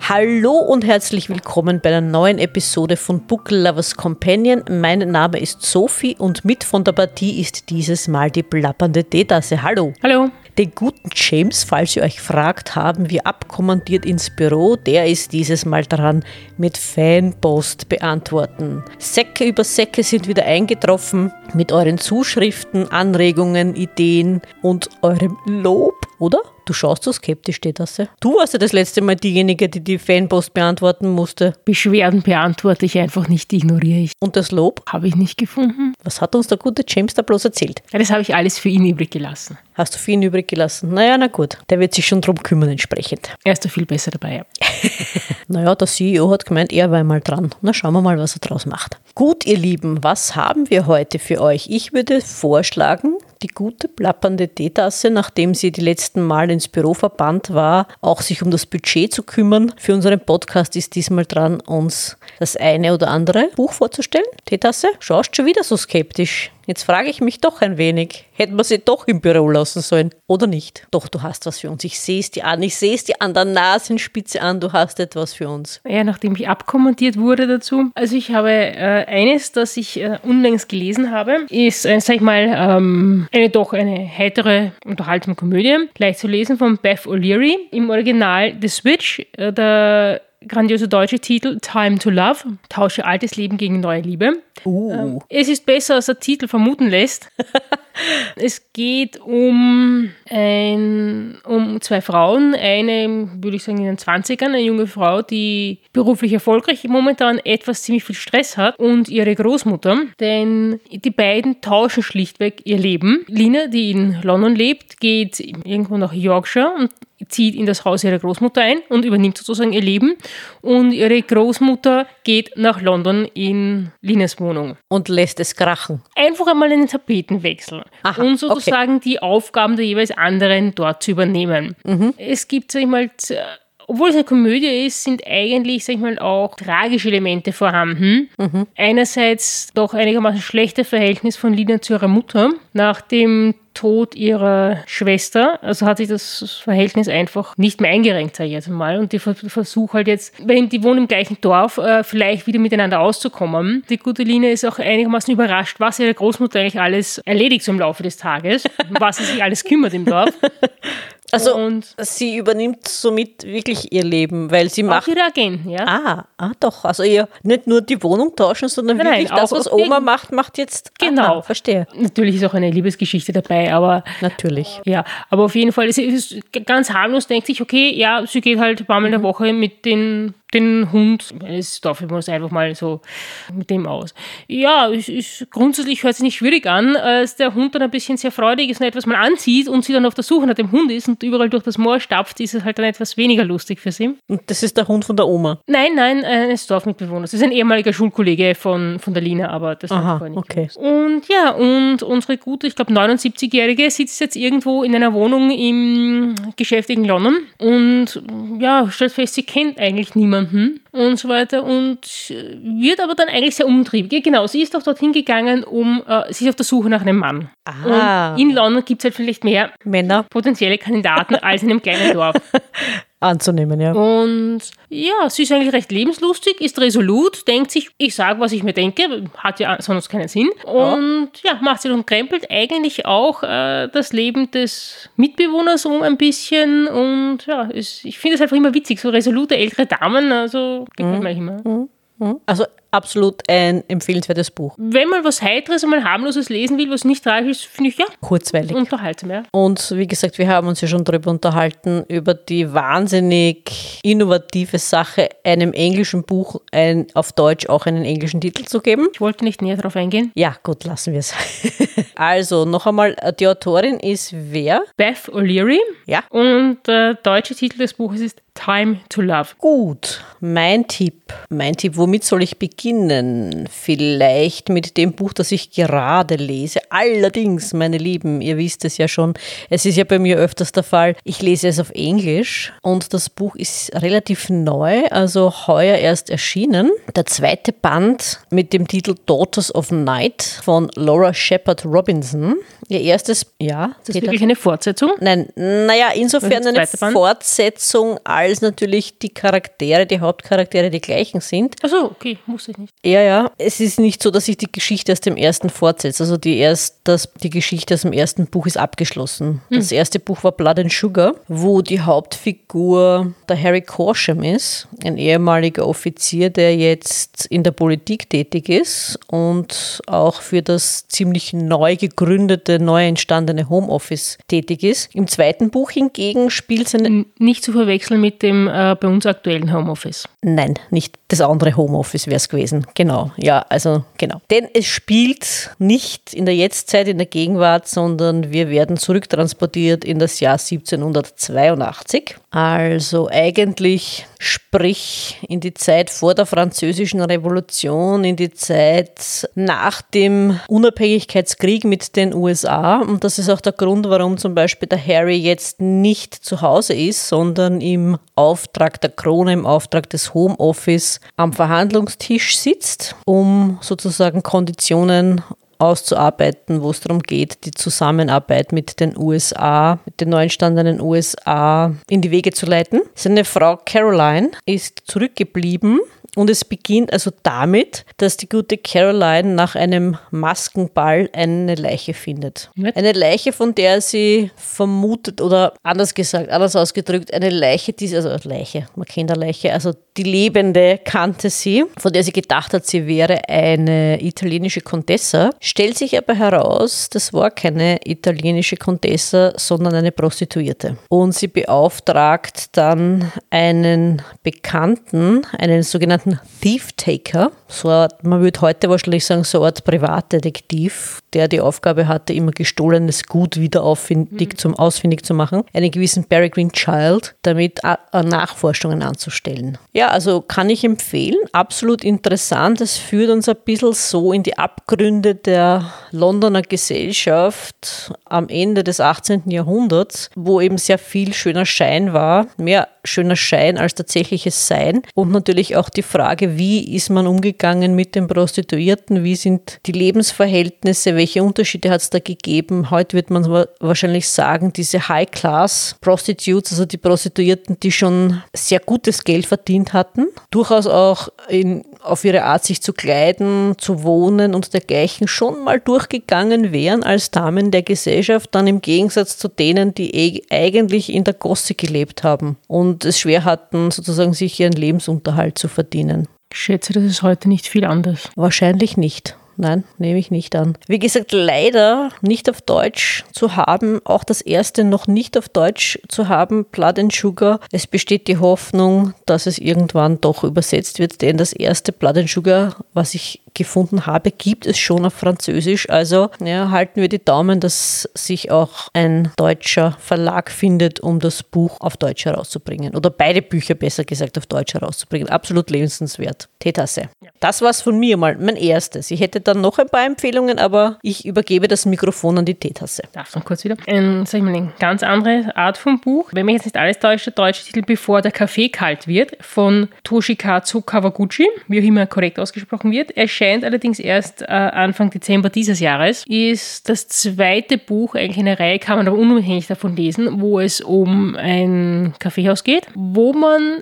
Hallo und herzlich willkommen bei einer neuen Episode von Book Lovers Companion. Mein Name ist Sophie und mit von der Partie ist dieses Mal die plappernde Teetasse. Hallo. Hallo. Den guten James, falls ihr euch fragt, haben wir abkommandiert ins Büro. Der ist dieses Mal dran mit Fanpost beantworten. Säcke über Säcke sind wieder eingetroffen mit euren Zuschriften, Anregungen, Ideen und eurem Lob, oder? Du schaust so skeptisch, Teetasse. Du warst ja das letzte Mal diejenige, die die Fanpost beantworten musste. Beschwerden beantworte ich einfach nicht, die ignoriere ich. Und das Lob? Habe ich nicht gefunden. Was hat uns der gute James da bloß erzählt? Ja, das habe ich alles für ihn übrig gelassen. Hast du für ihn übrig gelassen? Naja, na gut. Der wird sich schon drum kümmern entsprechend. Er ist da viel besser dabei, ja. Naja, der CEO hat gemeint, er war mal dran. Na, schauen wir mal, was er draus macht. Gut, ihr Lieben, was haben wir heute für euch? Ich würde vorschlagen, die gute plappernde Teetasse, nachdem sie die letzten Mal ins Büro verbannt war, auch sich um das Budget zu kümmern. Für unseren Podcast ist diesmal dran, uns das eine oder andere Buch vorzustellen. Teetasse, schaust schon wieder so skeptisch. Jetzt frage ich mich doch ein wenig, hätten wir sie doch im Büro lassen sollen oder nicht? Doch, du hast was für uns. Ich sehe es dir an. Ich sehe es dir an der Nasenspitze an. Du hast etwas für uns. Ja, nachdem ich abkommandiert wurde dazu. Also ich habe eines, das ich unlängst gelesen habe, ist, sag ich mal, eine heitere Unterhaltungskomödie. Gleich zu lesen von Beth O'Leary. Im Original The Switch, der grandiose deutsche Titel Time to Love, tausche altes Leben gegen neue Liebe. Es ist besser, als der Titel vermuten lässt. Es geht um zwei Frauen, eine, würde ich sagen, in den 20ern, eine junge Frau, die beruflich erfolgreich momentan etwas ziemlich viel Stress hat, und ihre Großmutter, denn die beiden tauschen schlichtweg ihr Leben. Lina, die in London lebt, geht irgendwo nach Yorkshire und zieht in das Haus ihrer Großmutter ein und übernimmt sozusagen ihr Leben. Und ihre Großmutter geht nach London in Linas Wohnung. Und lässt es krachen. Einfach einmal einen Tapetenwechsel. Aha, und sozusagen die Aufgaben der jeweils anderen dort zu übernehmen. Es gibt, sag ich mal, obwohl es eine Komödie ist, sind eigentlich, sag ich mal, auch tragische Elemente vorhanden. Einerseits doch einigermaßen schlechte Verhältnis von Lina zu ihrer Mutter. Nach dem Tod ihrer Schwester, also hat sich das Verhältnis einfach nicht mehr eingerenkt, sage ich jetzt mal. Und die versuchen halt jetzt, wenn die wohnen im gleichen Dorf, vielleicht wieder miteinander auszukommen. Die gute Lina ist auch einigermaßen überrascht, was ihre Großmutter eigentlich alles erledigt so im Laufe des Tages, was sie sich alles kümmert im Dorf. Also und sie übernimmt somit wirklich ihr Leben, weil sie macht... Auch ihre Agenten, ja. Doch. Also ihr nicht nur die Wohnung tauschen, sondern wirklich das, was Oma macht jetzt... Genau. Verstehe. Natürlich ist auch eine Liebesgeschichte dabei, aber... Natürlich. Ja, aber auf jeden Fall, es ist ganz harmlos, denkt sich, okay, ja, sie geht halt ein paar Mal in der Woche mit den Hund, es darf man es einfach mal so mit dem aus. Ja, grundsätzlich hört sich nicht schwierig an, als der Hund dann ein bisschen sehr freudig ist und etwas mal anzieht und sie dann auf der Suche nach dem Hund ist und überall durch das Moor stapft, ist es halt dann etwas weniger lustig für sie. Und das ist der Hund von der Oma? Nein, eines Dorfmitbewohners. Das ist ein ehemaliger Schulkollege von der Lina, aber das hat vorher nicht. Okay. Und ja, und unsere gute, ich glaube 79-Jährige sitzt jetzt irgendwo in einer Wohnung im geschäftigen London und ja, stellt fest, sie kennt eigentlich niemanden und so weiter und wird aber dann eigentlich sehr umtriebig. Genau, sie ist doch dorthin gegangen, sie ist auf der Suche nach einem Mann. Und in London gibt es halt vielleicht mehr Männer, potenzielle Kandidaten als in einem kleinen Dorf. Anzunehmen, ja. Und ja, sie ist eigentlich recht lebenslustig, ist resolut, denkt sich, ich sage, was ich mir denke, hat ja sonst keinen Sinn. Und ja, macht sie und krempelt eigentlich auch das Leben des Mitbewohners um ein bisschen. Und ja, ich finde es einfach immer witzig, so resolute ältere Damen, also gefällt mir immer. Also absolut ein empfehlenswertes Buch. Wenn man was Heiteres und mal harmloses lesen will, was nicht tragisch ist, finde ich, ja, kurzweilig. Unterhaltsam, ja. Und wie gesagt, wir haben uns ja schon darüber unterhalten, über die wahnsinnig innovative Sache, einem englischen Buch auf Deutsch auch einen englischen Titel zu geben. Ich wollte nicht näher darauf eingehen. Ja, gut, lassen wir es. Also, noch einmal, die Autorin ist wer? Beth O'Leary. Ja. Und der deutsche Titel des Buches ist Time to Love. Gut, mein Tipp, womit soll ich beginnen? beginnen vielleicht mit dem Buch, das ich gerade lese. Allerdings, meine Lieben, ihr wisst es ja schon, es ist ja bei mir öfters der Fall, ich lese es auf Englisch und das Buch ist relativ neu, also heuer erst erschienen. Der zweite Band mit dem Titel Daughters of Night von Laura Shepard Robinson. Ihr erstes, ja. Das ist wirklich eine Fortsetzung? Nein, naja, insofern eine Fortsetzung, als natürlich die Charaktere, die Hauptcharaktere die gleichen sind. Ach so, okay, muss ich nicht. Ja. Es ist nicht so, dass sich die Geschichte aus dem ersten fortsetzt. Also die Geschichte aus dem ersten Buch ist abgeschlossen. Das erste Buch war Blood and Sugar, wo die Hauptfigur der Harry Corsham ist, ein ehemaliger Offizier, der jetzt in der Politik tätig ist und auch für das ziemlich neu entstandene Homeoffice tätig ist. Im zweiten Buch hingegen spielt seine... Nicht zu verwechseln mit dem bei uns aktuellen Homeoffice. Nein, nicht das andere Homeoffice wäre es gewesen. Genau, ja, also genau. Denn es spielt nicht in der Jetztzeit, in der Gegenwart, sondern wir werden zurücktransportiert in das Jahr 1782. Also eigentlich sprich in die Zeit vor der Französischen Revolution, in die Zeit nach dem Unabhängigkeitskrieg mit den USA. Und das ist auch der Grund, warum zum Beispiel der Harry jetzt nicht zu Hause ist, sondern im Auftrag der Krone, im Auftrag des Homeoffice am Verhandlungstisch sitzt, um sozusagen Konditionen auszuarbeiten, wo es darum geht, die Zusammenarbeit mit den USA, mit den neu entstandenen USA in die Wege zu leiten. Seine Frau Caroline ist zurückgeblieben und es beginnt also damit, dass die gute Caroline nach einem Maskenball eine Leiche findet. Eine Leiche, von der sie vermutet, oder anders ausgedrückt, eine Leiche, man kennt eine Leiche, also die Lebende kannte sie, von der sie gedacht hat, sie wäre eine italienische Contessa. Stellt sich aber heraus, das war keine italienische Contessa, sondern eine Prostituierte. Und sie beauftragt dann einen Bekannten, einen sogenannten Thief-Taker, man würde heute wahrscheinlich sagen, so eine Art Privatdetektiv, der die Aufgabe hatte, immer gestohlenes Gut wieder ausfindig zu machen, einen gewissen Peregrine Child, damit Nachforschungen anzustellen. Ja, also kann ich empfehlen, absolut interessant. Es führt uns ein bisschen so in die Abgründe der Londoner Gesellschaft am Ende des 18. Jahrhunderts, wo eben sehr viel schöner Schein war, mehr schöner Schein als tatsächliches Sein und natürlich auch die Frage, wie ist man umgegangen mit den Prostituierten, wie sind die Lebensverhältnisse, welche Unterschiede hat es da gegeben? Heute wird man wahrscheinlich sagen, diese High-Class-Prostitutes, also die Prostituierten, die schon sehr gutes Geld verdient hatten, durchaus auch auf ihre Art, sich zu kleiden, zu wohnen und dergleichen schon mal durchgegangen wären als Damen der Gesellschaft, dann im Gegensatz zu denen, die eigentlich in der Gosse gelebt haben und es schwer hatten, sozusagen sich ihren Lebensunterhalt zu verdienen. Ich schätze, das ist heute nicht viel anders. Wahrscheinlich nicht. Nein, nehme ich nicht an. Wie gesagt, leider nicht auf Deutsch zu haben, auch das erste noch nicht auf Deutsch zu haben, Blood and Sugar. Es besteht die Hoffnung, dass es irgendwann doch übersetzt wird, denn das erste Blood and Sugar, was ich gefunden habe, gibt es schon auf Französisch. Also ja, halten wir die Daumen, dass sich auch ein deutscher Verlag findet, um das Buch auf Deutsch herauszubringen. Oder beide Bücher, besser gesagt, auf Deutsch herauszubringen. Absolut lesenswert. Teetasse. Ja. Das war's von mir mal, mein erstes. Ich hätte dann noch ein paar Empfehlungen, aber ich übergebe das Mikrofon an die Teetasse. Darf ich noch kurz wieder? Eine ganz andere Art von Buch. Wenn mich jetzt nicht alles täuscht, der deutsche Titel Bevor der Kaffee kalt wird, von Toshikazu Kawaguchi, wie auch immer korrekt ausgesprochen wird. Erscheint allerdings erst Anfang Dezember dieses Jahres. Ist das zweite Buch, eigentlich eine Reihe, kann man aber unabhängig davon lesen, wo es um ein Kaffeehaus geht, wo man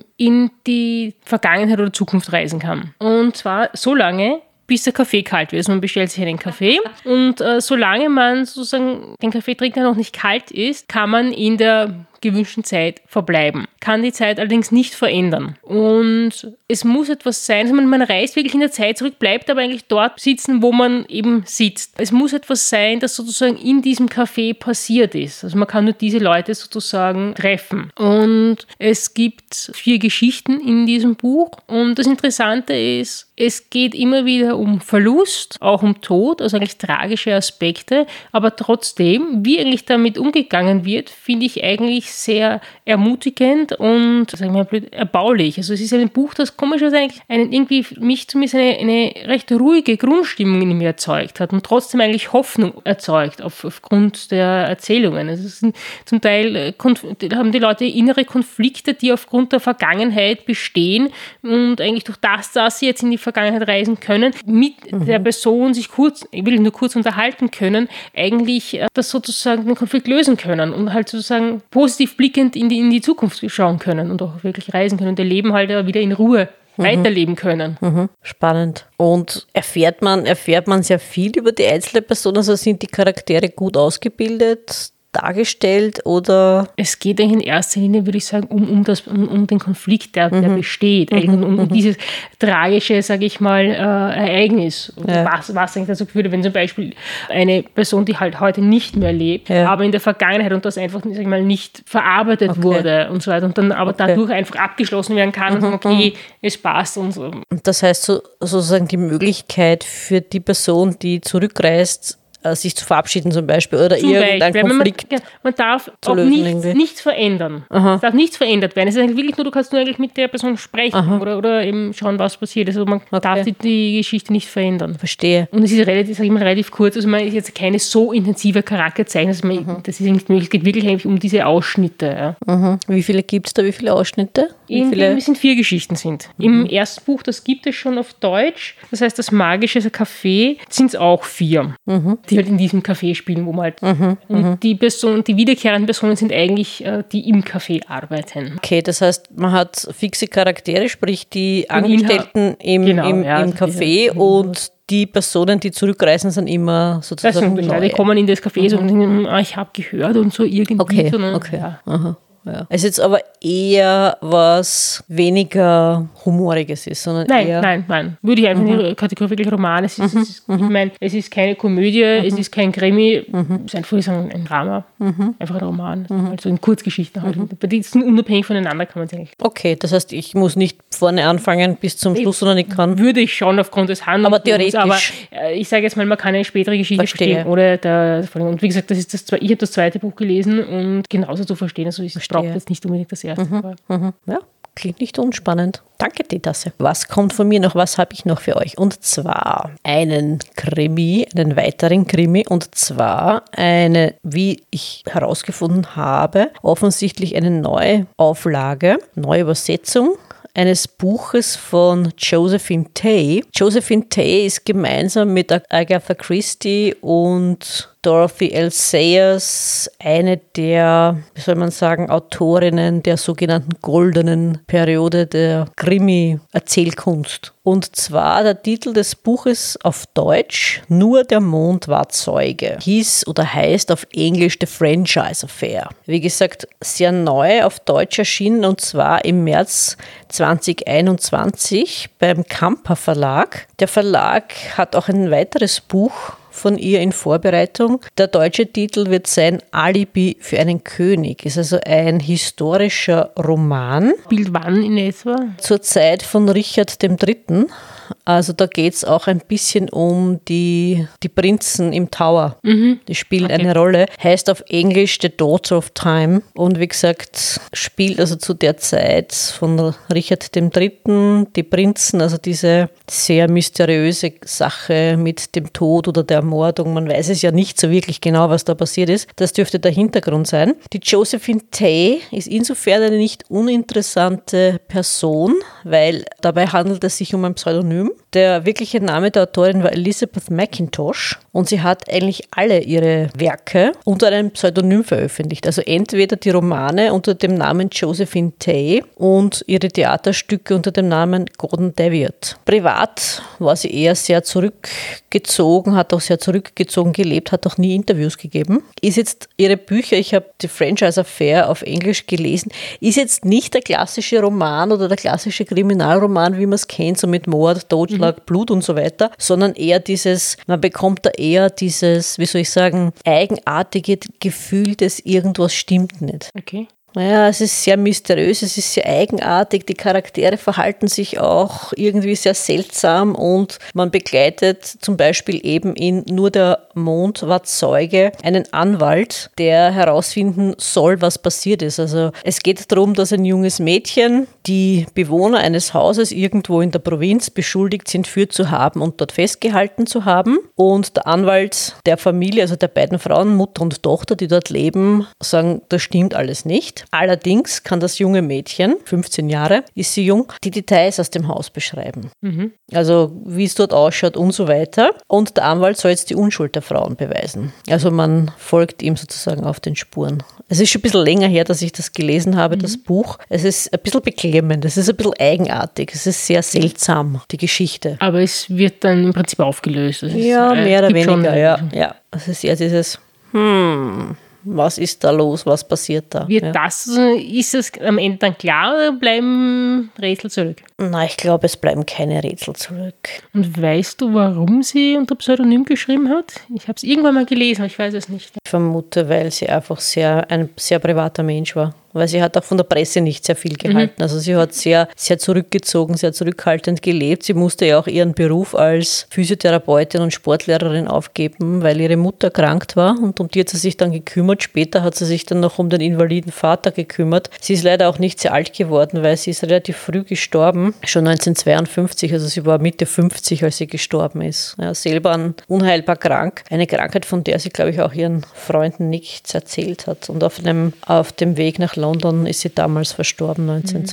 in die Vergangenheit oder Zukunft reisen kann. Und zwar so lange, bis der Kaffee kalt wird. Also man bestellt sich einen Kaffee und solange man sozusagen den Kaffee trinkt, der noch nicht kalt ist, kann man in der gewünschten Zeit verbleiben. Kann die Zeit allerdings nicht verändern. Und es muss etwas sein, also man reist wirklich in der Zeit zurück, bleibt aber eigentlich dort sitzen, wo man eben sitzt. Es muss etwas sein, das sozusagen in diesem Café passiert ist. Also man kann nur diese Leute sozusagen treffen. Und es gibt 4 Geschichten in diesem Buch. Und das Interessante ist, es geht immer wieder um Verlust, auch um Tod, also eigentlich tragische Aspekte. Aber trotzdem, wie eigentlich damit umgegangen wird, finde ich eigentlich eigentlich sehr ermutigend und, sagen wir mal, erbaulich. Also es ist ein Buch, das komischerweise eigentlich irgendwie mich zumindest eine recht ruhige Grundstimmung in mir erzeugt hat und trotzdem eigentlich Hoffnung erzeugt aufgrund der Erzählungen. Also es sind zum Teil haben die Leute innere Konflikte, die aufgrund der Vergangenheit bestehen und eigentlich durch das, dass sie jetzt in die Vergangenheit reisen können, mit der Person sich nur kurz unterhalten können, eigentlich das sozusagen den Konflikt lösen können und halt sozusagen positiv blickend in die Zukunft schauen können und auch wirklich reisen können und ihr Leben halt wieder in Ruhe weiterleben können. Spannend. Und erfährt man sehr viel über die einzelne Person? Also sind die Charaktere gut ausgebildet, dargestellt oder? Es geht eigentlich in erster Linie, würde ich sagen, um den Konflikt, der besteht. Um dieses tragische, sage ich mal, Ereignis. Was eigentlich dazu geführt hat, wenn zum Beispiel eine Person, die halt heute nicht mehr lebt, aber in der Vergangenheit und das einfach, sag ich mal, nicht verarbeitet wurde und so weiter und dann aber dadurch einfach abgeschlossen werden kann und sagen, okay, es passt und so. Das heißt sozusagen die Möglichkeit für die Person, die zurückreist, sich zu verabschieden zum Beispiel oder irgendein Konflikt. Man darf auch nichts verändern. Es darf nichts verändert werden. Es ist eigentlich wirklich nur, du kannst nur eigentlich mit der Person sprechen oder eben schauen, was passiert. Also man darf die Geschichte nicht verändern. Verstehe. Und es ist relativ kurz. Also man ist jetzt keine so intensive Charakterzeichnung. Also das ist nicht möglich. Es geht wirklich eigentlich um diese Ausschnitte. Ja. Wie viele gibt es da? Wie viele Ausschnitte? Es sind 4 Geschichten sind. Im ersten Buch, das gibt es schon auf Deutsch. Das heißt, das magische Café sind es auch 4. Die halt in diesem Café spielen, wo man halt und die wiederkehrenden Personen sind eigentlich die im Café arbeiten. Okay, das heißt, man hat fixe Charaktere, sprich die Angestellten im Café und die Personen, die zurückreisen, sind immer sozusagen neu. Die kommen in das Café und denken, ich habe gehört und so irgendwie. Ja. Es ist jetzt aber eher was weniger Humoriges ist, sondern Nein. Würde ich einfach in die Kategorie wirklich Roman. Ich meine, es ist keine Komödie, es ist kein Krimi, es ist einfach ein Drama, einfach ein Roman, also in Kurzgeschichten halt. Die sind unabhängig voneinander, kann man sagen. Okay, das heißt, ich muss nicht vorne anfangen bis zum Schluss, sondern ich kann... Würde ich schon aufgrund des Handlungs. Aber theoretisch. Aber ich sage jetzt mal, man kann eine spätere Geschichte verstehen. Und wie gesagt, ich habe das zweite Buch gelesen und genauso zu verstehen, also ich brauche jetzt nicht unbedingt das erste. Ja, klingt nicht unspannend. Danke, Teetasse. Was kommt von mir noch? Was habe ich noch für euch? Und zwar einen weiteren Krimi. Und zwar eine, wie ich herausgefunden habe, offensichtlich eine Neuauflage, Neuübersetzung eines Buches von Josephine Tey. Josephine Tey ist gemeinsam mit Agatha Christie und Dorothy L. Sayers eine der, wie soll man sagen, Autorinnen der sogenannten goldenen Periode der Krimi-Erzählkunst. Und zwar der Titel des Buches auf Deutsch, Nur der Mond war Zeuge, hieß oder heißt auf Englisch The Franchise Affair. Wie gesagt, sehr neu auf Deutsch erschienen und zwar im März 2021 beim Kamper Verlag. Der Verlag hat auch ein weiteres Buch von ihr in Vorbereitung. Der deutsche Titel wird sein Alibi für einen König. Ist also ein historischer Roman. Spielt wann in etwa? Zur Zeit von Richard III. Also da geht es auch ein bisschen um die Prinzen im Tower. Die spielen eine Rolle. Heißt auf Englisch The Daughter of Time. Und wie gesagt, spielt also zu der Zeit von Richard III. Die Prinzen, also diese sehr mysteriöse Sache mit dem Tod oder der Ermordung. Man weiß es ja nicht so wirklich genau, was da passiert ist. Das dürfte der Hintergrund sein. Die Josephine Tey ist insofern eine nicht uninteressante Person, weil dabei handelt es sich um ein Pseudonym. Der wirkliche Name der Autorin war Elizabeth Mackintosh und sie hat eigentlich alle ihre Werke unter einem Pseudonym veröffentlicht. Also entweder die Romane unter dem Namen Josephine Tey und ihre Theaterstücke unter dem Namen Gordon Deviott. Privat war sie eher sehr zurückgezogen, hat auch sehr zurückgezogen gelebt, hat auch nie Interviews gegeben. Ist jetzt ihre Bücher, ich habe die Franchise Affair auf Englisch gelesen, ist jetzt nicht der klassische Roman oder der klassische Kriminalroman, wie man es kennt, so mit Mord, Totschlag, Blut und so weiter, sondern eher man bekommt da eher dieses, wie soll ich sagen, eigenartige Gefühl, dass irgendwas stimmt nicht. Okay. Naja, es ist sehr mysteriös, es ist sehr eigenartig, die Charaktere verhalten sich auch irgendwie sehr seltsam und man begleitet zum Beispiel eben in Nur der Mond war Zeuge einen Anwalt, der herausfinden soll, was passiert ist. Also es geht darum, dass ein junges Mädchen die Bewohner eines Hauses irgendwo in der Provinz beschuldigt, sie entführt zu haben und dort festgehalten zu haben. Und der Anwalt der Familie, also der beiden Frauen, Mutter und Tochter, die dort leben, sagen, das stimmt alles nicht. Allerdings kann das junge Mädchen, 15 Jahre ist sie jung, die Details aus dem Haus beschreiben. Also wie es dort ausschaut und so weiter. Und der Anwalt soll jetzt die Unschuld der Frauen beweisen. Also man folgt ihm sozusagen auf den Spuren. Es ist schon ein bisschen länger her, dass ich das gelesen habe, das Buch. Es ist ein bisschen beklemmend, es ist ein bisschen eigenartig, es ist sehr seltsam, die Geschichte. Aber es wird dann im Prinzip aufgelöst. Das Ja, ist, mehr oder gibt schon weniger, ja. Es ist eher dieses, was ist da los, was passiert da? Ist es am Ende dann klar oder bleiben Rätsel zurück? Na, ich glaube, es bleiben keine Rätsel zurück. Und weißt du, warum sie unter Pseudonym geschrieben hat? Ich habe es irgendwann mal gelesen, aber ich weiß es nicht. Ich vermute, weil sie einfach ein sehr privater Mensch war. Weil sie hat auch von der Presse nicht sehr viel gehalten. Also sie hat sehr, sehr zurückgezogen, sehr zurückhaltend gelebt. Sie musste ja auch ihren Beruf als Physiotherapeutin und Sportlehrerin aufgeben, weil ihre Mutter erkrankt war. Und um die hat sie sich dann gekümmert. Später hat sie sich dann noch um den invaliden Vater gekümmert. Sie ist leider auch nicht sehr alt geworden, weil sie ist relativ früh gestorben. Schon 1952, also sie war Mitte 50, als sie gestorben ist. Ja, selber unheilbar krank. Eine Krankheit, von der sie, glaube ich, auch ihren Freunden nichts erzählt hat. Und auf dem Weg nach London ist sie damals verstorben,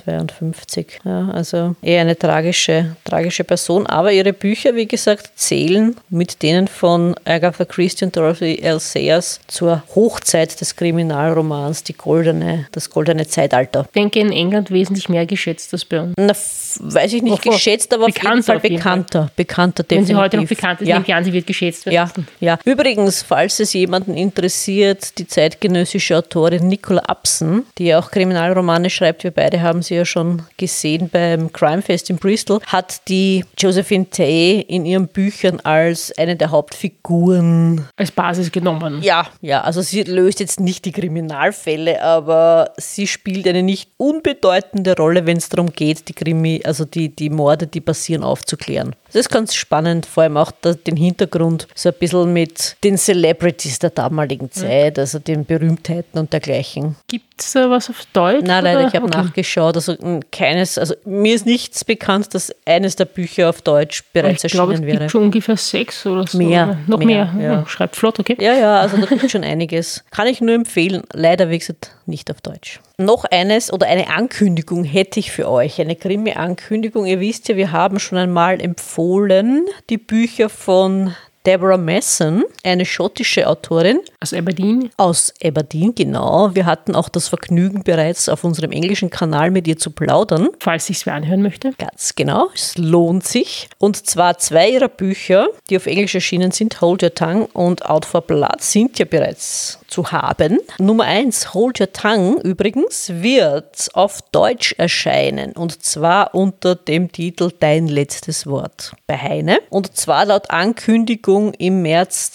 1952. Ja, also eher eine tragische Person. Aber ihre Bücher, wie gesagt, zählen mit denen von Agatha Christie und Dorothy L. Sayers zur Hochzeit des Kriminalromans, das goldene Zeitalter. Ich denke, in England wesentlich mehr geschätzt als bei uns. Na, weiß ich nicht, geschätzt, aber auf jeden Fall bekannter. Bekannter definitiv. Wenn sie heute noch bekannt ist, nehme ich an, sie wird geschätzt werden. Ja. Übrigens, falls es jemanden interessiert, die zeitgenössische Autorin Nicola Upson, die ja auch Kriminalromane schreibt, wir beide haben sie ja schon gesehen beim Crime Fest in Bristol, hat die Josephine Tey in ihren Büchern als eine der Hauptfiguren als Basis genommen. Ja, also sie löst jetzt nicht die Kriminalfälle, aber sie spielt eine nicht unbedeutende Rolle, wenn es darum geht, die Morde, die passieren, aufzuklären. Das ist ganz spannend, vor allem auch den Hintergrund so ein bisschen mit den Celebrities der damaligen Zeit, also den Berühmtheiten und dergleichen. Gibt es was auf Deutsch? Nein, leider, ich habe nachgeschaut. Also mir ist nichts bekannt, dass eines der Bücher auf Deutsch bereits erschienen wäre. Ich glaube, es gibt schon ungefähr 6 oder so. Mehr. Ja. Schreibt flott, okay. Ja, also da gibt es schon einiges. Kann ich nur empfehlen. Leider, wie gesagt, nicht auf Deutsch. Noch eines oder eine Ankündigung hätte ich für euch. Eine Krimi-Ankündigung. Ihr wisst ja, wir haben schon einmal empfohlen die Bücher von Deborah Masson, eine schottische Autorin. Aus Aberdeen? Aus Aberdeen, genau. Wir hatten auch das Vergnügen, bereits auf unserem englischen Kanal mit ihr zu plaudern. Falls ich es mir anhören möchte. Ganz genau, es lohnt sich. Und zwar 2 ihrer Bücher, die auf Englisch erschienen sind, Hold Your Tongue und Out for Blood, sind ja bereits zu haben. Nummer 1, Hold Your Tongue übrigens, wird auf Deutsch erscheinen. Und zwar unter dem Titel Dein letztes Wort bei Heine. Und zwar laut Ankündigung im März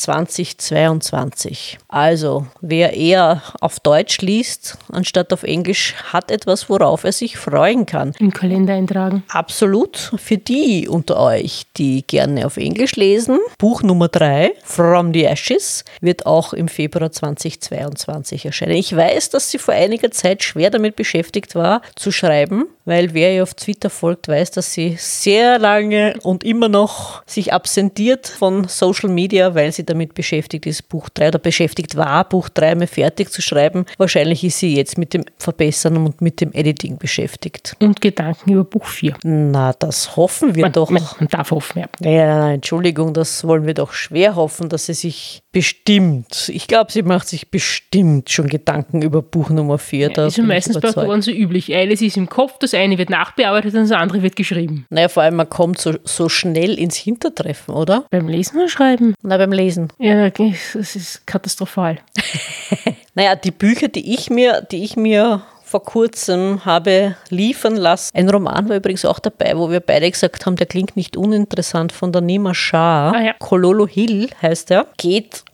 2022. Also, wer eher auf Deutsch liest, anstatt auf Englisch, hat etwas, worauf er sich freuen kann. Im Kalender eintragen. Absolut. Für die unter euch, die gerne auf Englisch lesen, Buch Nummer 3, From the Ashes, wird auch im Februar 2022 erscheinen. Ich weiß, dass sie vor einiger Zeit schwer damit beschäftigt war, zu schreiben, weil wer ihr auf Twitter folgt, weiß, dass sie sehr lange und immer noch sich absentiert von Social Media, weil sie damit beschäftigt ist, Buch 3 oder beschäftigt war, Buch 3 mal fertig zu schreiben. Wahrscheinlich ist sie jetzt mit dem Verbessern und mit dem Editing beschäftigt. Und Gedanken über Buch 4. Na, das hoffen wir doch. Man darf hoffen, ja. Ja, Entschuldigung, das wollen wir doch schwer hoffen, dass sie sich bestimmt, ich glaube, sie macht sich bestimmt schon Gedanken über Buch Nummer 4. Ja, ist ja meistens bei Autoren so üblich. Eines ist im Kopf, das eine wird nachbearbeitet und das andere wird geschrieben. Naja, vor allem, man kommt so schnell ins Hintertreffen, oder? Beim Lesen oder Schreiben? Na, beim Lesen. Ja, das ist katastrophal. Naja, die Bücher, die ich mir vor kurzem habe liefern lassen. Ein Roman war übrigens auch dabei, wo wir beide gesagt haben, der klingt nicht uninteressant, von der Nima Shah. Ja. Kololo Hill heißt er. Geht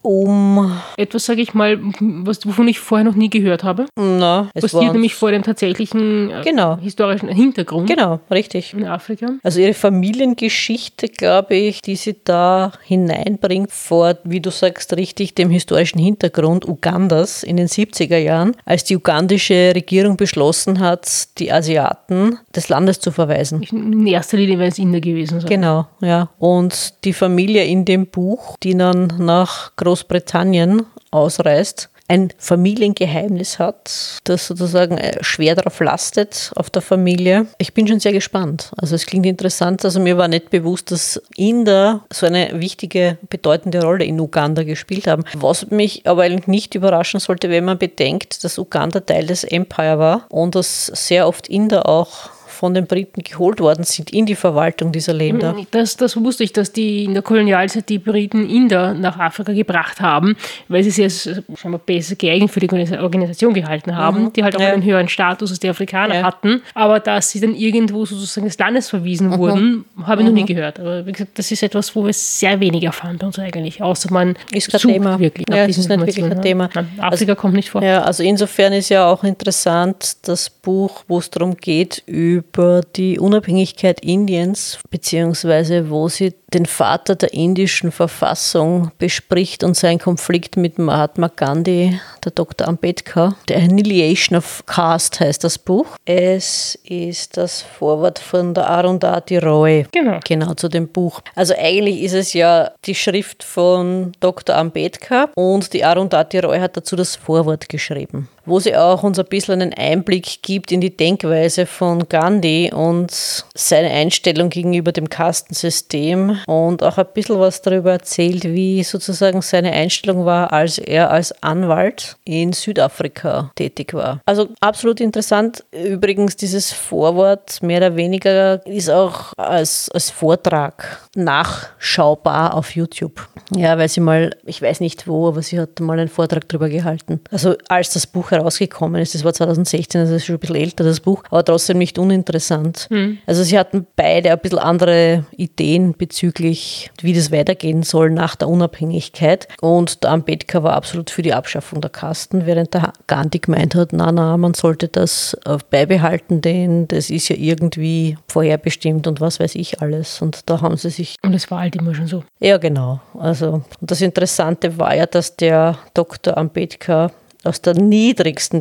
um... Etwas, sage ich mal, wovon ich vorher noch nie gehört habe. Na, es Passiert nämlich vor dem tatsächlichen historischen Hintergrund. Genau, richtig. In Afrika. Also ihre Familiengeschichte, glaube ich, die sie da hineinbringt vor, wie du sagst, richtig dem historischen Hintergrund Ugandas in den 70er Jahren, als die ugandische Regierung beschlossen hat, die Asiaten des Landes zu verweisen. In erster Linie wäre es Inder gewesen sein. Genau, ja. Und die Familie in dem Buch, die dann nach Großbritannien ausreist, ein Familiengeheimnis hat, das sozusagen schwer darauf lastet, auf der Familie. Ich bin schon sehr gespannt. Also es klingt interessant. Also mir war nicht bewusst, dass Inder so eine wichtige, bedeutende Rolle in Uganda gespielt haben. Was mich aber eigentlich nicht überraschen sollte, wenn man bedenkt, dass Uganda Teil des Empire war und dass sehr oft Inder auch von den Briten geholt worden sind in die Verwaltung dieser Länder. Das wusste ich, dass die in der Kolonialzeit die Briten Inder nach Afrika gebracht haben, weil sie es scheinbar besser geeignet für die Organisation gehalten haben, die halt auch einen höheren Status als die Afrikaner hatten. Aber dass sie dann irgendwo sozusagen des Landes verwiesen wurden, habe ich noch nie gehört. Aber wie gesagt, das ist etwas, wo wir sehr wenig erfahren bei uns eigentlich, außer man ist kein Thema. Wirklich nach ist nicht wirklich ein Thema. Afrika kommt nicht vor. Ja, also insofern ist ja auch interessant das Buch, wo es darum geht, über die Unabhängigkeit Indiens, beziehungsweise wo sie den Vater der indischen Verfassung bespricht und seinen Konflikt mit Mahatma Gandhi, der Dr. Ambedkar. The Annihilation of Caste heißt das Buch. Es ist das Vorwort von der Arundhati Roy. Genau, zu dem Buch. Also eigentlich ist es ja die Schrift von Dr. Ambedkar und die Arundhati Roy hat dazu das Vorwort geschrieben, wo sie auch uns ein bisschen einen Einblick gibt in die Denkweise von Gandhi und seine Einstellung gegenüber dem Kastensystem und auch ein bisschen was darüber erzählt, wie sozusagen seine Einstellung war, als er als Anwalt in Südafrika tätig war. Also absolut interessant. Übrigens, dieses Vorwort mehr oder weniger ist auch als Vortrag nachschaubar auf YouTube. Ja, weil sie mal, ich weiß nicht wo, aber sie hat mal einen Vortrag darüber gehalten. Also als das Buch herausgekommen ist, das war 2016, das ist schon ein bisschen älter, das Buch, aber trotzdem nicht uninteressant. Also sie hatten beide ein bisschen andere Ideen bezüglich, wie das weitergehen soll nach der Unabhängigkeit. Und der Ambedkar war absolut für die Abschaffung der Kasten, während der Gandhi gemeint hat, na, man sollte das beibehalten, denn das ist ja irgendwie vorherbestimmt und was weiß ich alles. Und da haben sie sich... Und das war halt immer schon so. Ja, genau. Also und das Interessante war ja, dass der Dr. Ambedkar aus der niedrigsten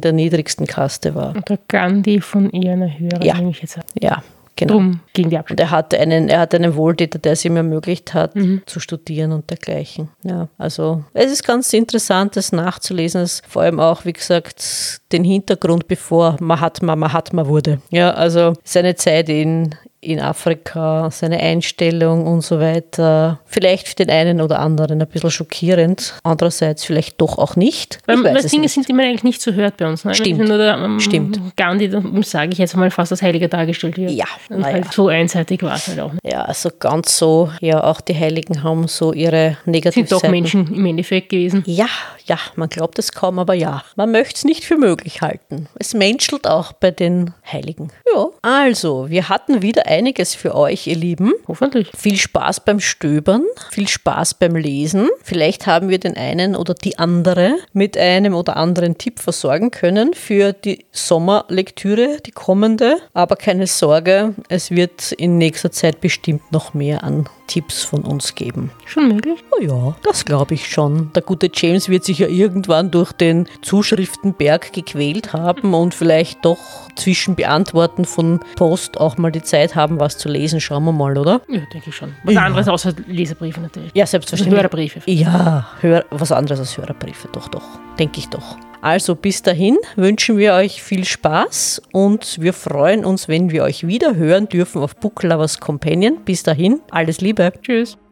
Kaste war. Und der Gandhi von eher einer höheren, nehme ich jetzt an. Ja, genau. Drum ging die Abstimmung. Und er hatte einen Wohltäter, der es ihm ermöglicht hat, zu studieren und dergleichen. Ja, also es ist ganz interessant, das nachzulesen. Vor allem auch, wie gesagt, den Hintergrund, bevor Mahatma wurde. Ja, also seine Zeit in Afrika, seine Einstellung und so weiter. Vielleicht für den einen oder anderen ein bisschen schockierend. Andererseits vielleicht doch auch nicht. Weil Dinge sind, die man eigentlich nicht so hört bei uns. Ne? Stimmt. Stimmt. Gandhi, sage ich jetzt mal, fast als Heiliger dargestellt wird. Ja. Und halt so einseitig war es halt auch nicht. Ja, also ganz so, ja, auch die Heiligen haben so ihre negativen Sind doch Menschen im Endeffekt gewesen. Ja, man glaubt es kaum, aber ja. Man möchte es nicht für möglich halten. Es menschelt auch bei den Heiligen. Ja, also, wir hatten wieder einiges für euch, ihr Lieben. Hoffentlich. Viel Spaß beim Stöbern, viel Spaß beim Lesen. Vielleicht haben wir den einen oder die andere mit einem oder anderen Tipp versorgen können für die Sommerlektüre, die kommende. Aber keine Sorge, es wird in nächster Zeit bestimmt noch mehr an Tipps von uns geben. Schon möglich? Oh ja, das glaube ich schon. Der gute James wird sich ja irgendwann durch den Zuschriftenberg gequält haben und vielleicht doch zwischen Beantworten von Post auch mal die Zeit haben, was zu lesen. Schauen wir mal, oder? Ja, denke ich schon. Was anderes außer Leserbriefe natürlich. Ja, selbstverständlich. Also Hörerbriefe. Ja, was anderes als Hörerbriefe. Doch, denke ich doch. Also bis dahin wünschen wir euch viel Spaß und wir freuen uns, wenn wir euch wieder hören dürfen auf Book Lovers Companion. Bis dahin, alles Liebe. Tschüss.